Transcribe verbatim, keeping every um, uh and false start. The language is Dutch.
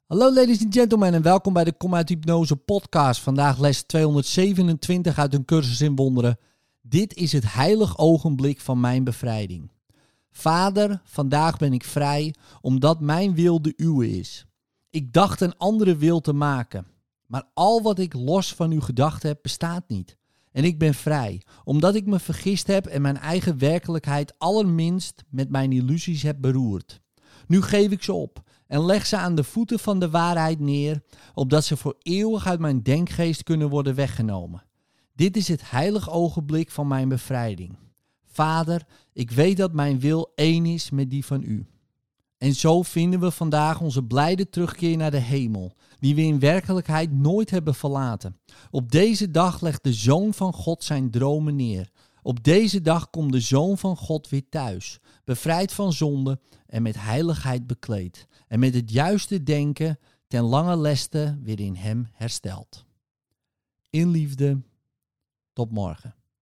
Hallo ladies and gentlemen en welkom bij de Kom uit Hypnose podcast. Vandaag les tweehonderdzevenentwintig uit een cursus in wonderen. Dit is het heilig ogenblik van mijn bevrijding. Vader, vandaag ben ik vrij, omdat mijn wil de uwe is. Ik dacht een andere wil te maken, maar al wat ik los van u gedacht heb, bestaat niet. En ik ben vrij, omdat ik me vergist heb en mijn eigen werkelijkheid allerminst met mijn illusies heb beroerd. Nu geef ik ze op en leg ze aan de voeten van de waarheid neer, opdat ze voor eeuwig uit mijn denkgeest kunnen worden weggenomen. Dit is het heilig ogenblik van mijn bevrijding. Vader, ik weet dat mijn wil één is met die van u. En zo vinden we vandaag onze blijde terugkeer naar de hemel, die we in werkelijkheid nooit hebben verlaten. Op deze dag legt de Zoon van God zijn dromen neer. Op deze dag komt de Zoon van God weer thuis, bevrijd van zonde en met heiligheid bekleed. En met het juiste denken ten lange leste weer in hem hersteld. In liefde, tot morgen.